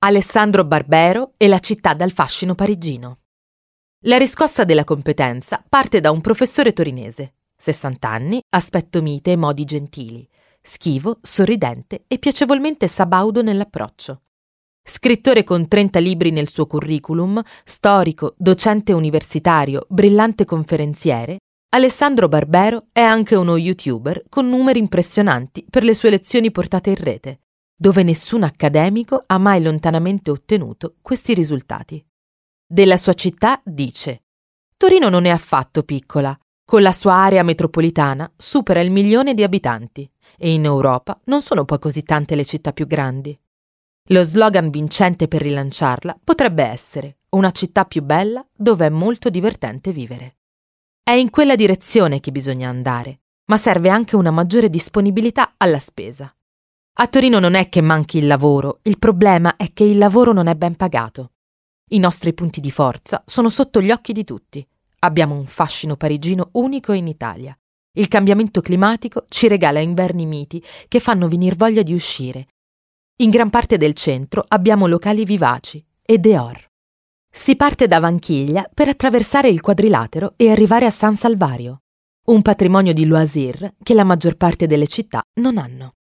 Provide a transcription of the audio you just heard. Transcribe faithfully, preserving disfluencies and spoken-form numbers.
Alessandro Barbero e la città dal fascino parigino. La riscossa della competenza parte da un professore torinese, sessanta anni, aspetto mite e modi gentili, schivo, sorridente e piacevolmente sabaudo nell'approccio. Scrittore con trenta libri nel suo curriculum, storico, docente universitario, brillante conferenziere, Alessandro Barbero è anche uno youtuber con numeri impressionanti per le sue lezioni portate in rete, dove nessun accademico ha mai lontanamente ottenuto questi risultati. Della sua città dice: Torino non è affatto piccola, con la sua area metropolitana supera il milione di abitanti e in Europa non sono poi così tante le città più grandi. Lo slogan vincente per rilanciarla potrebbe essere: una città più bella dove è molto divertente vivere. È in quella direzione che bisogna andare, ma serve anche una maggiore disponibilità alla spesa. A Torino non è che manchi il lavoro, il problema è che il lavoro non è ben pagato. I nostri punti di forza sono sotto gli occhi di tutti. Abbiamo un fascino parigino unico in Italia. Il cambiamento climatico ci regala inverni miti che fanno venir voglia di uscire. In gran parte del centro abbiamo locali vivaci e dehors. Si parte da Vanchiglia per attraversare il quadrilatero e arrivare a San Salvario, un patrimonio di loisir che la maggior parte delle città non hanno.